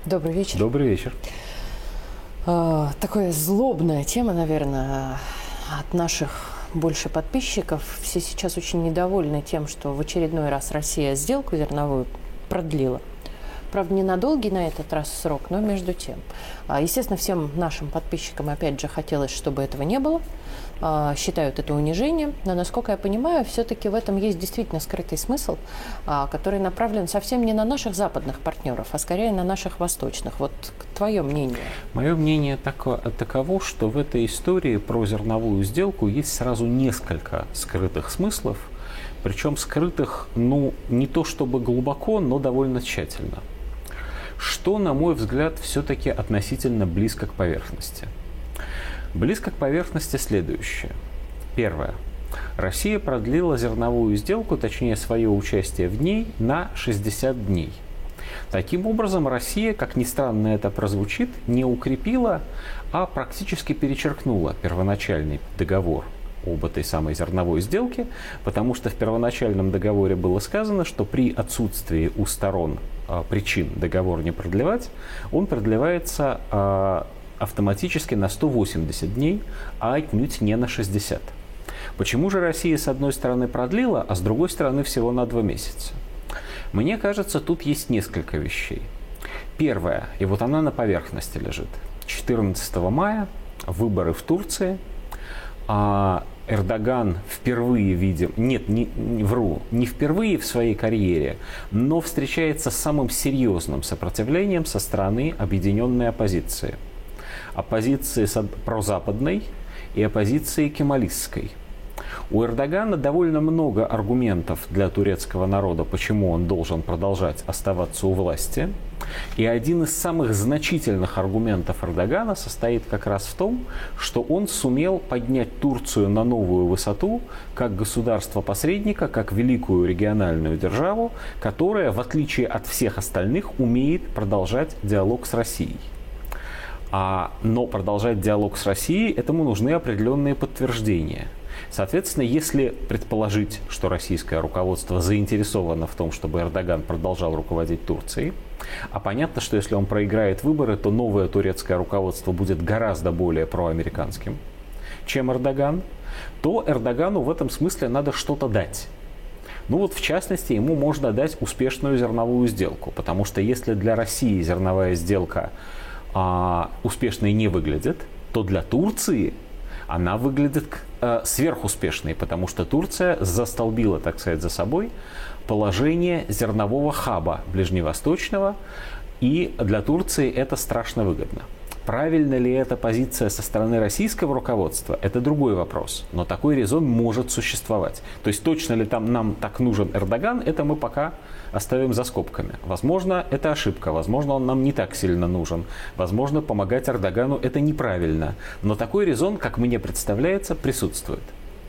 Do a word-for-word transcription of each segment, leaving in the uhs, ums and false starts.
Добрый вечер. Добрый вечер. Э, такая злобная тема, наверное, от наших больше подписчиков. Все сейчас очень недовольны тем, что в очередной раз Россия сделку зерновую продлила. Правда, не на долгий на этот раз срок, но между тем. Естественно, всем нашим подписчикам, опять же, хотелось, чтобы этого не было. Считают это унижением. Но, насколько я понимаю, все-таки в этом есть действительно скрытый смысл, который направлен совсем не на наших западных партнеров, а скорее на наших восточных. Вот твое мнение. Мое мнение тако, таково, что в этой истории про зерновую сделку есть сразу несколько скрытых смыслов. Причем скрытых, ну, не то чтобы глубоко, но довольно тщательно. Что, на мой взгляд, все-таки относительно близко к поверхности. Близко к поверхности следующее. Первое. Россия продлила зерновую сделку, точнее свое участие в ней, на шестьдесят дней. Таким образом, Россия, как ни странно это прозвучит, не укрепила, а практически перечеркнула первоначальный договор об этой самой зерновой сделке, потому что в первоначальном договоре было сказано, что при отсутствии у сторон а, причин договор не продлевать, он продлевается а, автоматически на сто восемьдесят дней, а отнюдь не на шестьдесят. Почему же Россия с одной стороны продлила, а с другой стороны всего на два месяца? Мне кажется, тут есть несколько вещей. Первое, и вот она на поверхности лежит. четырнадцатого мая выборы в Турции. А Эрдоган впервые видим, нет, не, не вру, не впервые в своей карьере, но встречается с самым серьезным сопротивлением со стороны объединенной оппозиции. Оппозиции прозападной и оппозиции кемалистской. У Эрдогана довольно много аргументов для турецкого народа, почему он должен продолжать оставаться у власти. И один из самых значительных аргументов Эрдогана состоит как раз в том, что он сумел поднять Турцию на новую высоту как государство-посредника, как великую региональную державу, которая, в отличие от всех остальных, умеет продолжать диалог с Россией. А, но продолжать диалог с Россией, этому нужны определенные подтверждения. Соответственно, если предположить, что российское руководство заинтересовано в том, чтобы Эрдоган продолжал руководить Турцией, а понятно, что если он проиграет выборы, то новое турецкое руководство будет гораздо более проамериканским, чем Эрдоган, то Эрдогану в этом смысле надо что-то дать. Ну вот, в частности, ему можно дать успешную зерновую сделку, потому что если для России зерновая сделка а, успешной не выглядит, то для Турции она выглядит э, сверхуспешной, потому что Турция застолбила, так сказать, за собой положение зернового хаба ближневосточного, и для Турции это страшно выгодно. Правильно ли эта позиция со стороны российского руководства, это другой вопрос, но такой резон может существовать. То есть точно ли там нам так нужен Эрдоган, это мы пока оставим за скобками. Возможно, это ошибка, возможно, он нам не так сильно нужен, возможно, помогать Эрдогану это неправильно, но такой резон, как мне представляется, присутствует.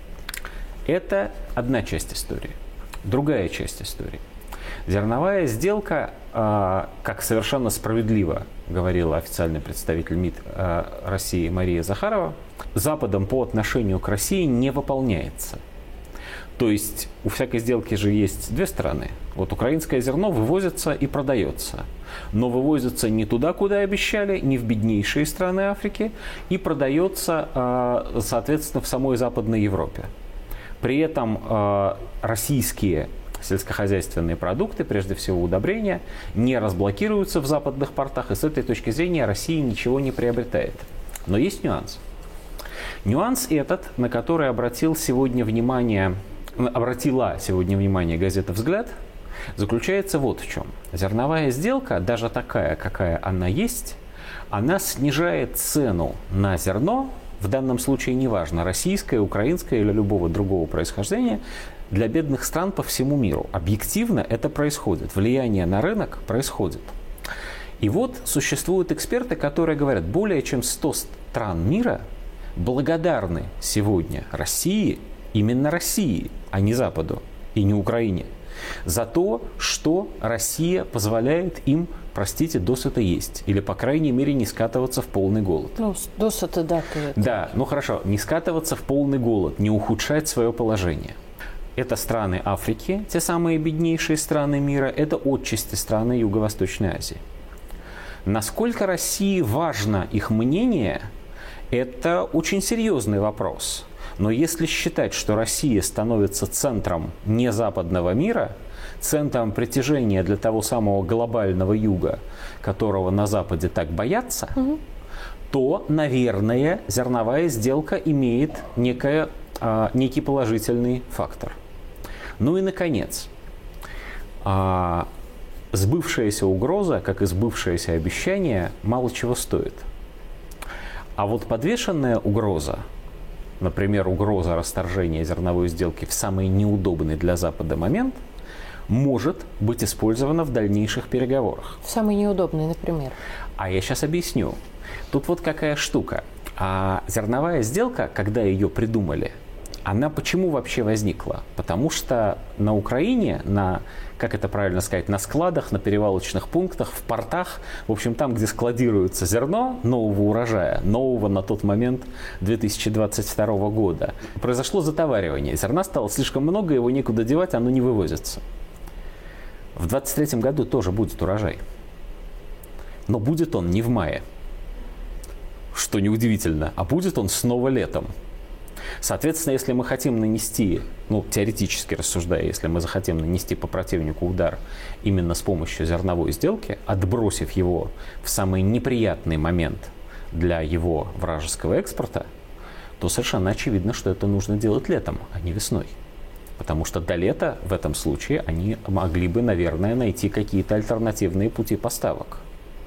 Это одна часть истории. Другая часть истории. Зерновая сделка, как совершенно справедливо говорила официальный представитель МИД России Мария Захарова, Западом по отношению к России не выполняется. То есть у всякой сделки же есть две стороны. Вот украинское зерно вывозится и продается. Но вывозится не туда, куда обещали, не в беднейшие страны Африки, и продается, соответственно, в самой Западной Европе. При этом российские сельскохозяйственные продукты, прежде всего удобрения, не разблокируются в западных портах, и с этой точки зрения Россия ничего не приобретает. Но есть нюанс. Нюанс этот, на который обратил сегодня внимание, обратила сегодня внимание газета «Взгляд», заключается вот в чем. Зерновая сделка, даже такая, какая она есть, она снижает цену на зерно, в данном случае неважно, российское, украинское или любого другого происхождения, для бедных стран по всему миру. Объективно это происходит. Влияние на рынок происходит. И вот существуют эксперты, которые говорят, более чем сто стран мира благодарны сегодня России, именно России, а не Западу и не Украине, за то, что Россия позволяет им, простите, досыта есть. Или, по крайней мере, не скатываться в полный голод. Ну, досыта, да. Ты да, ну хорошо, не скатываться в полный голод, не ухудшать свое положение. Это страны Африки, те самые беднейшие страны мира, это отчасти страны Юго-Восточной Азии. Насколько России важно их мнение, это очень серьезный вопрос. Но если считать, что Россия становится центром незападного мира, центром притяжения для того самого глобального юга, которого на Западе так боятся, угу. то, наверное, зерновая сделка имеет некое, а, некий положительный фактор. Ну и, наконец, а, сбывшаяся угроза, как и сбывшееся обещание, мало чего стоит. А вот подвешенная угроза, например, угроза расторжения зерновой сделки в самый неудобный для Запада момент, может быть использована в дальнейших переговорах. В самый неудобный, например. А я сейчас объясню. Тут вот какая штука. А зерновая сделка, когда ее придумали, она почему вообще возникла? Потому что на Украине, на, как это правильно сказать, на складах, на перевалочных пунктах, в портах, в общем, там, где складируется зерно нового урожая, нового на тот момент две тысячи двадцать второго года, произошло затоваривание. Зерна стало слишком много, его некуда девать, оно не вывозится. В двадцать третьем году тоже будет урожай. Но будет он не в мае, что неудивительно, а будет он снова летом. Соответственно, если мы хотим нанести, ну, теоретически рассуждая, если мы захотим нанести по противнику удар именно с помощью зерновой сделки, отбросив его в самый неприятный момент для его вражеского экспорта, то совершенно очевидно, что это нужно делать летом, а не весной. Потому что до лета в этом случае они могли бы, наверное, найти какие-то альтернативные пути поставок.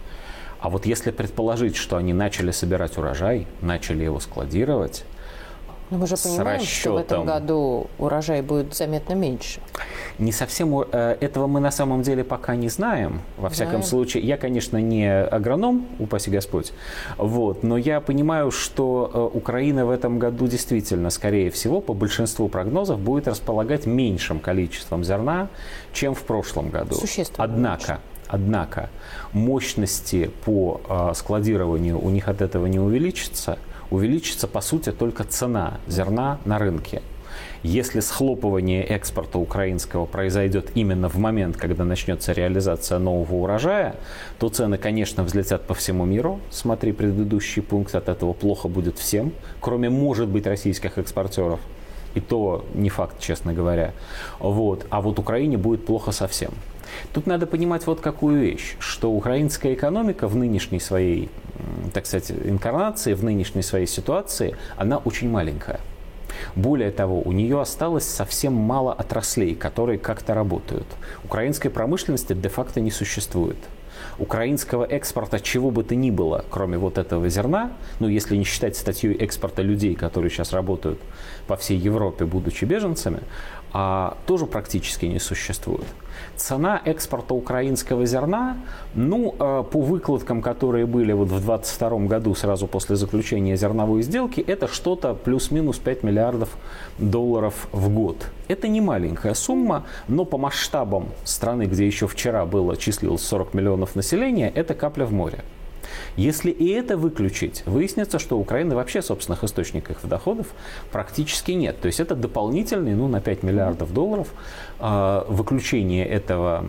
А вот если предположить, что они начали собирать урожай, начали его складировать, но мы же понимаем, расчетом, что в этом году урожай будет заметно меньше. Не совсем. Этого мы на самом деле пока не знаем. Во знаем. Всяком случае, я, конечно, не агроном, упаси Господь, вот, но я понимаю, что Украина в этом году действительно, скорее всего, по большинству прогнозов, будет располагать меньшим количеством зерна, чем в прошлом году. Существенно. Однако, однако мощности по э, складированию у них от этого не увеличится. Увеличится, по сути, только цена зерна на рынке. Если схлопывание экспорта украинского произойдет именно в момент, когда начнется реализация нового урожая, то цены, конечно, взлетят по всему миру. Смотри предыдущий пункт, от этого плохо будет всем, кроме, может быть, российских экспортеров. И то не факт, честно говоря. Вот. А вот Украине будет плохо совсем. Тут надо понимать вот какую вещь, что украинская экономика в нынешней своей, так сказать, инкарнации, в нынешней своей ситуации, она очень маленькая. Более того, у нее осталось совсем мало отраслей, которые как-то работают. Украинской промышленности де-факто не существует. Украинского экспорта чего бы то ни было, кроме вот этого зерна, ну, если не считать статью экспорта людей, которые сейчас работают по всей Европе, будучи беженцами, а, тоже практически не существует. Цена экспорта украинского зерна, ну, по выкладкам, которые были вот в двадцать втором году, сразу после заключения зерновой сделки, это что-то плюс-минус пять миллиардов долларов в год. Это не маленькая сумма, но по масштабам страны, где еще вчера было, числилось сорок миллионов населения, это капля в море. Если и это выключить, выяснится, что у Украины вообще собственных источников доходов практически нет. То есть это дополнительный, ну, на пять миллиардов долларов э, выключение этого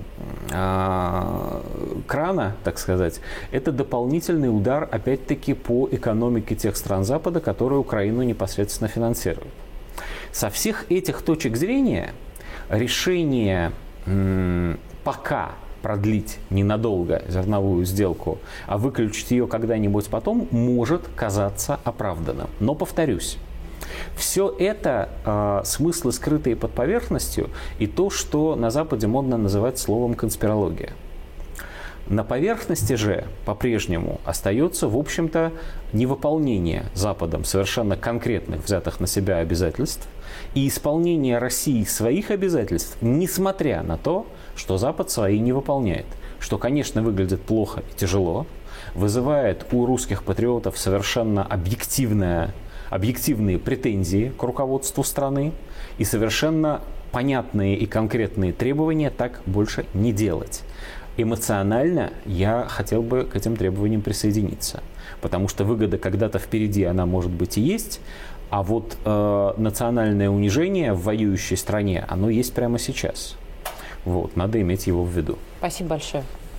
э, крана, так сказать, это дополнительный удар, опять-таки, по экономике тех стран Запада, которые Украину непосредственно финансируют. Со всех этих точек зрения решение м, пока продлить ненадолго зерновую сделку, а выключить ее когда-нибудь потом, может казаться оправданным. Но, повторюсь, все это э, смыслы, скрытые под поверхностью, и то, что на Западе модно называть словом конспирология. На поверхности же по-прежнему остается, в общем-то, невыполнение Западом совершенно конкретных взятых на себя обязательств и исполнение России своих обязательств, несмотря на то, что Запад свои не выполняет. Что, конечно, выглядит плохо и тяжело, вызывает у русских патриотов совершенно объективное, объективные претензии к руководству страны и совершенно понятные и конкретные требования так больше не делать. Эмоционально я хотел бы к этим требованиям присоединиться, потому что выгода когда-то впереди, она может быть и есть, а вот э, национальное унижение в воюющей стране, оно есть прямо сейчас. Вот, надо иметь его в виду. Спасибо большое.